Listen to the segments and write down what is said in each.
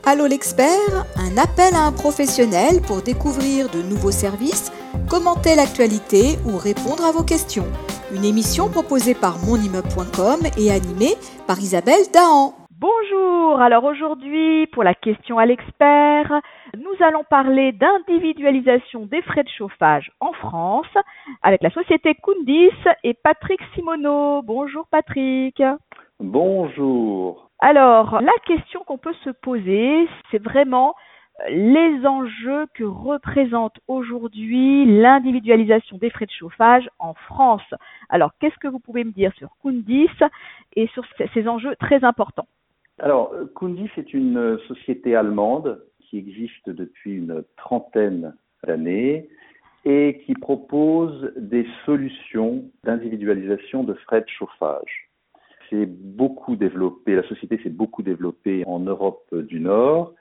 Allô l'expert, un appel à un professionnel pour découvrir de nouveaux services, commenter l'actualité ou répondre à vos questions. Une émission proposée par monimmeuble.com et animée par Isabelle Dahan. Bonjour, alors aujourd'hui pour la question à l'expert, nous allons parler d'individualisation des frais de chauffage en France avec la société Koundis et Patrick Simoneau. Bonjour Patrick. Bonjour. Alors, la question qu'on peut se poser, c'est vraiment les enjeux que représente aujourd'hui l'individualisation des frais de chauffage en France. Alors, qu'est-ce que vous pouvez me dire sur Koundis et sur ces enjeux très importants? Alors, Koundis est une société allemande qui existe depuis une trentaine d'années et qui propose des solutions d'individualisation de frais de chauffage. La société s'est beaucoup développée en Europe du Nord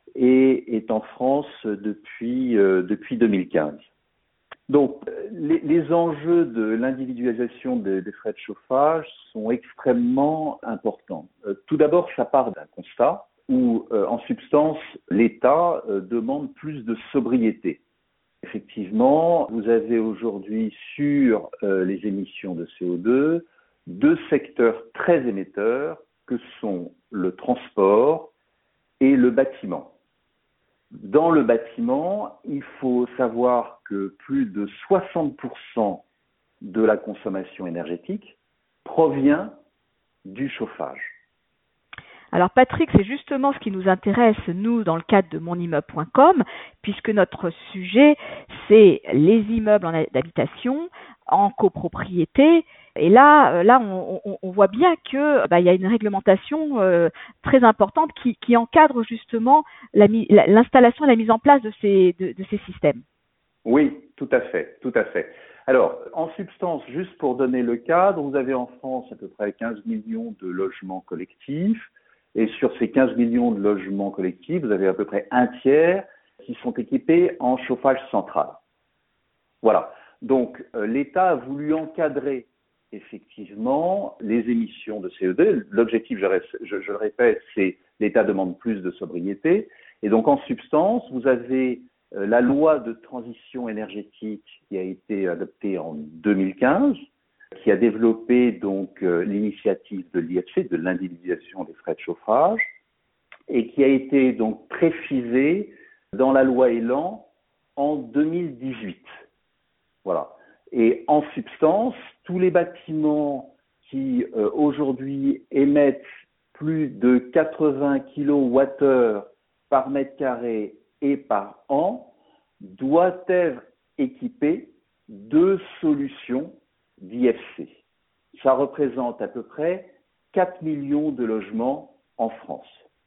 et est en France depuis 2015. Donc, les enjeux de l'individualisation des frais de chauffage sont extrêmement importants. Tout d'abord, ça part d'un constat où, en substance, l'État demande plus de sobriété. Effectivement, vous avez aujourd'hui sur les émissions de CO2 deux secteurs très émetteurs que sont le transport et le bâtiment. Dans le bâtiment, il faut savoir que plus de 60% de la consommation énergétique provient du chauffage. Alors Patrick, c'est justement ce qui nous intéresse, nous, dans le cadre de monimmeuble.com, puisque notre sujet, c'est les immeubles d'habitation en copropriété. Et là, on voit bien que y a une réglementation très importante qui encadre justement l'installation et la mise en place de ces systèmes. Oui, tout à fait. Alors, en substance, juste pour donner le cadre, vous avez en France à peu près 15 millions de logements collectifs. Et sur ces 15 millions de logements collectifs, vous avez à peu près un tiers qui sont équipés en chauffage central. Voilà. Donc, l'État a voulu encadrer effectivement les émissions de CO2. L'objectif, je le répète, c'est l'État demande plus de sobriété. Et donc, en substance, vous avez la loi de transition énergétique qui a été adoptée en 2015, qui a développé donc l'initiative de l'IFC, de l'individualisation des frais de chauffage, et qui a été donc précisée dans la loi Elan en 2018. Voilà. Et en substance, tous les bâtiments qui aujourd'hui émettent plus de 80 kWh par mètre carré et par an doivent être équipés de solutions d'IFC. Ça représente à peu près 4 millions de logements en France.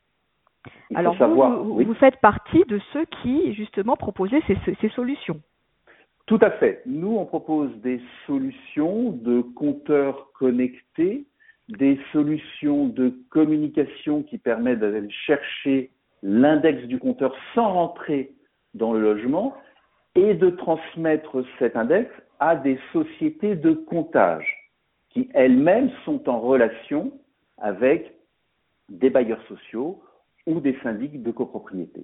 Alors vous faites partie de ceux qui justement proposaient ces solutions. Tout à fait. Nous, on propose des solutions de compteurs connectés, des solutions de communication qui permettent d'aller chercher l'index du compteur sans rentrer dans le logement et de transmettre cet index à des sociétés de comptage qui elles-mêmes sont en relation avec des bailleurs sociaux ou des syndics de copropriété.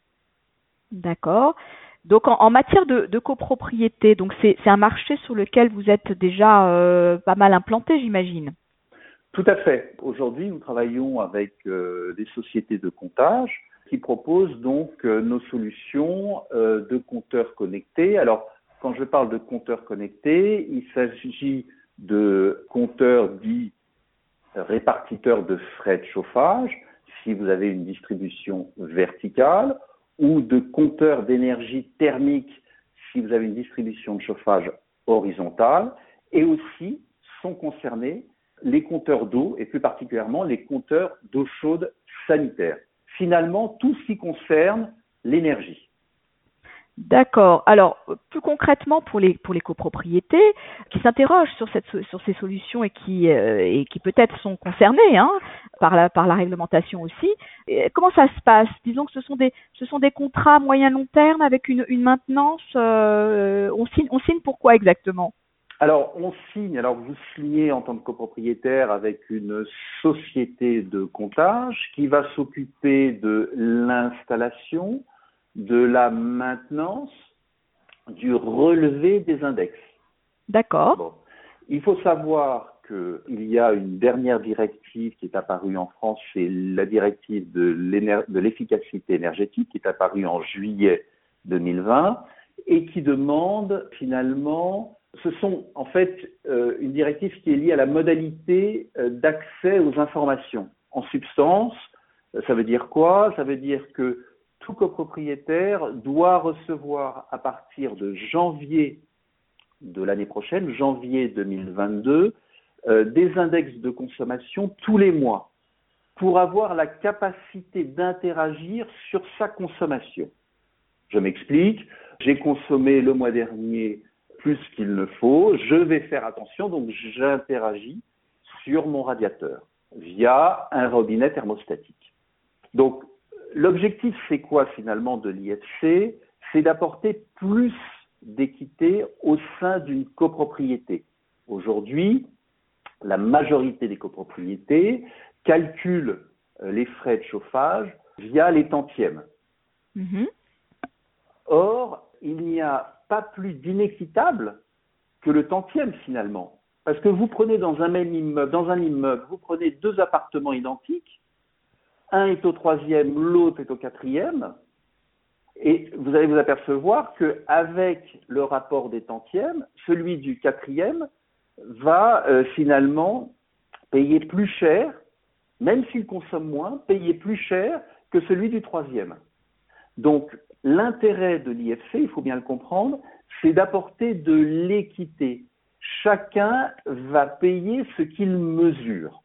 D'accord. Donc en matière de copropriété, donc c'est un marché sur lequel vous êtes déjà pas mal implanté, j'imagine. Tout à fait. Aujourd'hui, nous travaillons avec des sociétés de comptage qui proposent donc nos solutions de compteurs connectés. Alors, quand je parle de compteurs connectés, il s'agit de compteurs dits répartiteurs de frais de chauffage, si vous avez une distribution verticale, ou de compteurs d'énergie thermique, si vous avez une distribution de chauffage horizontale, et aussi sont concernés les compteurs d'eau, et plus particulièrement les compteurs d'eau chaude sanitaire. Finalement, tout ce qui concerne l'énergie. D'accord. Alors, plus concrètement, pour les copropriétés qui s'interrogent sur ces solutions et qui peut-être sont concernées par la réglementation aussi, comment ça se passe? Disons que ce sont des contrats moyen long terme avec une maintenance. On signe pour quoi exactement? Alors, on signe, alors vous signez en tant que copropriétaire avec une société de comptage qui va s'occuper de l'installation, de la maintenance, du relevé des index. D'accord. Bon. Il faut savoir qu'il y a une dernière directive qui est apparue en France, c'est la directive de l'efficacité énergétique qui est apparue en juillet 2020 et qui demande finalement, ce sont en fait une directive qui est liée à la modalité d'accès aux informations. En substance, ça veut dire quoi? Ça veut dire que tout copropriétaire doit recevoir à partir de janvier de l'année prochaine, janvier 2022, des index de consommation tous les mois pour avoir la capacité d'interagir sur sa consommation. Je m'explique, j'ai consommé le mois dernier plus qu'il ne faut, je vais faire attention, donc j'interagis sur mon radiateur via un robinet thermostatique. Donc, l'objectif, c'est quoi finalement de l'IFC? C'est d'apporter plus d'équité au sein d'une copropriété. Aujourd'hui, la majorité des copropriétés calculent les frais de chauffage via les tantièmes. Mhm. Or, il n'y a pas plus d'inéquitable que le tantième finalement. Parce que vous prenez dans un immeuble, vous prenez deux appartements identiques, un est au troisième, l'autre est au quatrième, et vous allez vous apercevoir qu'avec le rapport des tantièmes, celui du quatrième va finalement payer plus cher, même s'il consomme moins, payer plus cher que celui du troisième. Donc, l'intérêt de l'IFC, il faut bien le comprendre, c'est d'apporter de l'équité. Chacun va payer ce qu'il mesure.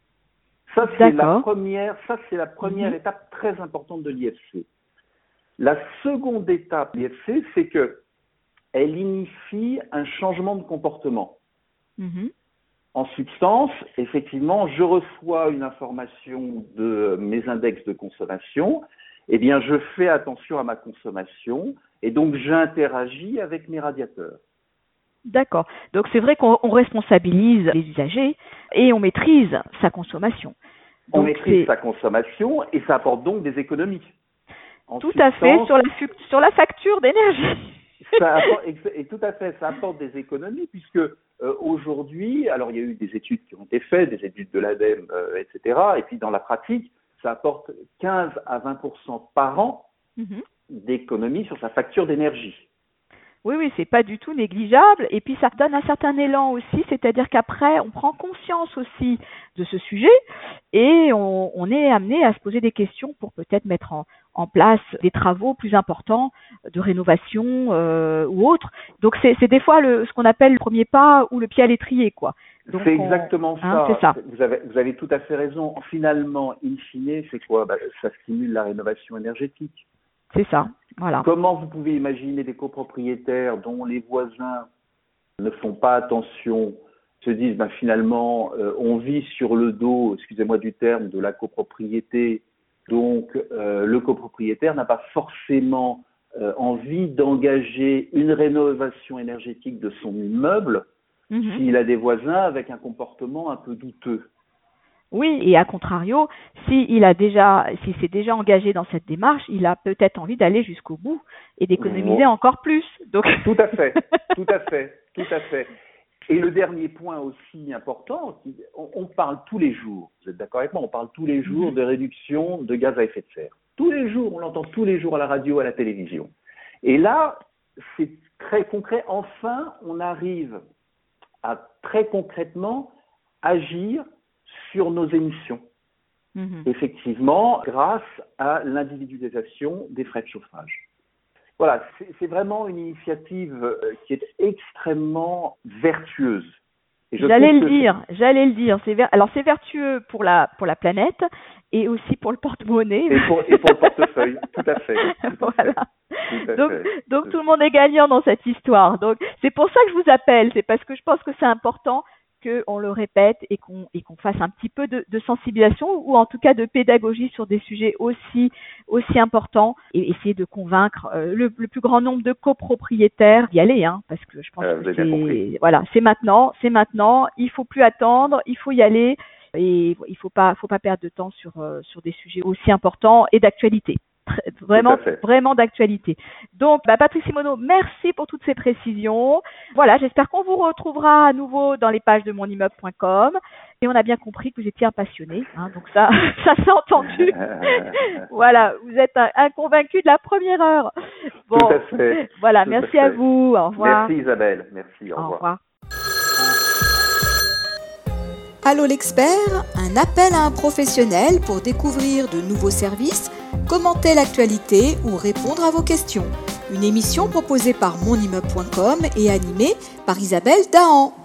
Ça, c'est la première étape très importante de l'IFC. La seconde étape de l'IFC, c'est qu'elle initie un changement de comportement. Mhm. En substance, effectivement, je reçois une information de mes index de consommation, eh bien, je fais attention à ma consommation et donc j'interagis avec mes radiateurs. D'accord. Donc c'est vrai qu'on responsabilise les usagers et on maîtrise sa consommation. On maîtrise sa consommation et ça apporte donc des économies. Tout à fait, sur la facture d'énergie. Tout à fait, ça apporte des économies puisque aujourd'hui, alors il y a eu des études qui ont été faites, des études de l'ADEME, etc. Et puis dans la pratique, ça apporte 15 à 20% par an d'économies sur sa facture d'énergie. Oui, c'est pas du tout négligeable. Et puis ça donne un certain élan aussi, c'est-à-dire qu'après, on prend conscience aussi de ce sujet et on est amené à se poser des questions pour peut-être mettre en place des travaux plus importants de rénovation ou autre. Donc c'est des fois ce qu'on appelle le premier pas ou le pied à l'étrier, quoi. Donc, c'est exactement ça. C'est ça. Vous avez tout à fait raison. Finalement, in fine, c'est quoi? Ça stimule la rénovation énergétique. C'est ça, voilà. Comment vous pouvez imaginer des copropriétaires dont les voisins ne font pas attention, se disent finalement on vit sur le dos, excusez-moi du terme, de la copropriété, donc le copropriétaire n'a pas forcément envie d'engager une rénovation énergétique de son immeuble s'il a des voisins avec un comportement un peu douteux. Oui, et à contrario, s'il s'est déjà engagé dans cette démarche, il a peut-être envie d'aller jusqu'au bout et d'économiser encore plus. Donc... Tout à fait. Et le dernier point aussi important, on parle tous les jours, vous êtes d'accord avec moi, on parle tous les jours de réduction de gaz à effet de serre. Tous les jours, on l'entend tous les jours à la radio, à la télévision. Et là, c'est très concret. Enfin, on arrive à très concrètement agir sur nos émissions. Effectivement, grâce à l'individualisation des frais de chauffage. Voilà, c'est vraiment une initiative qui est extrêmement vertueuse. J'allais le dire. Alors c'est vertueux pour la planète et aussi pour le porte-monnaie. Et pour le portefeuille, tout à fait. Voilà. Donc tout le monde est gagnant dans cette histoire. Donc c'est pour ça que je vous appelle, c'est parce que je pense que c'est important qu'on le répète et qu'on fasse un petit peu de sensibilisation ou en tout cas de pédagogie sur des sujets aussi importants et essayer de convaincre le plus grand nombre de copropriétaires d'y aller, parce que je pense que c'est maintenant, il faut plus attendre, il faut y aller et il faut pas perdre de temps sur des sujets aussi importants et d'actualité. Vraiment d'actualité. Donc, Patrick Simoneau, merci pour toutes ces précisions. Voilà, j'espère qu'on vous retrouvera à nouveau dans les pages de monimmeuble.com. Et on a bien compris que vous étiez un passionné, donc ça s'est entendu. Voilà, vous êtes un convaincu de la première heure. Bon, tout à fait. Voilà, merci à vous. Au revoir. Merci Isabelle, merci. Au revoir. Allô l'expert, un appel à un professionnel pour découvrir de nouveaux services, commenter l'actualité ou répondre à vos questions. Une émission proposée par monimmeuble.com et animée par Isabelle Dahan.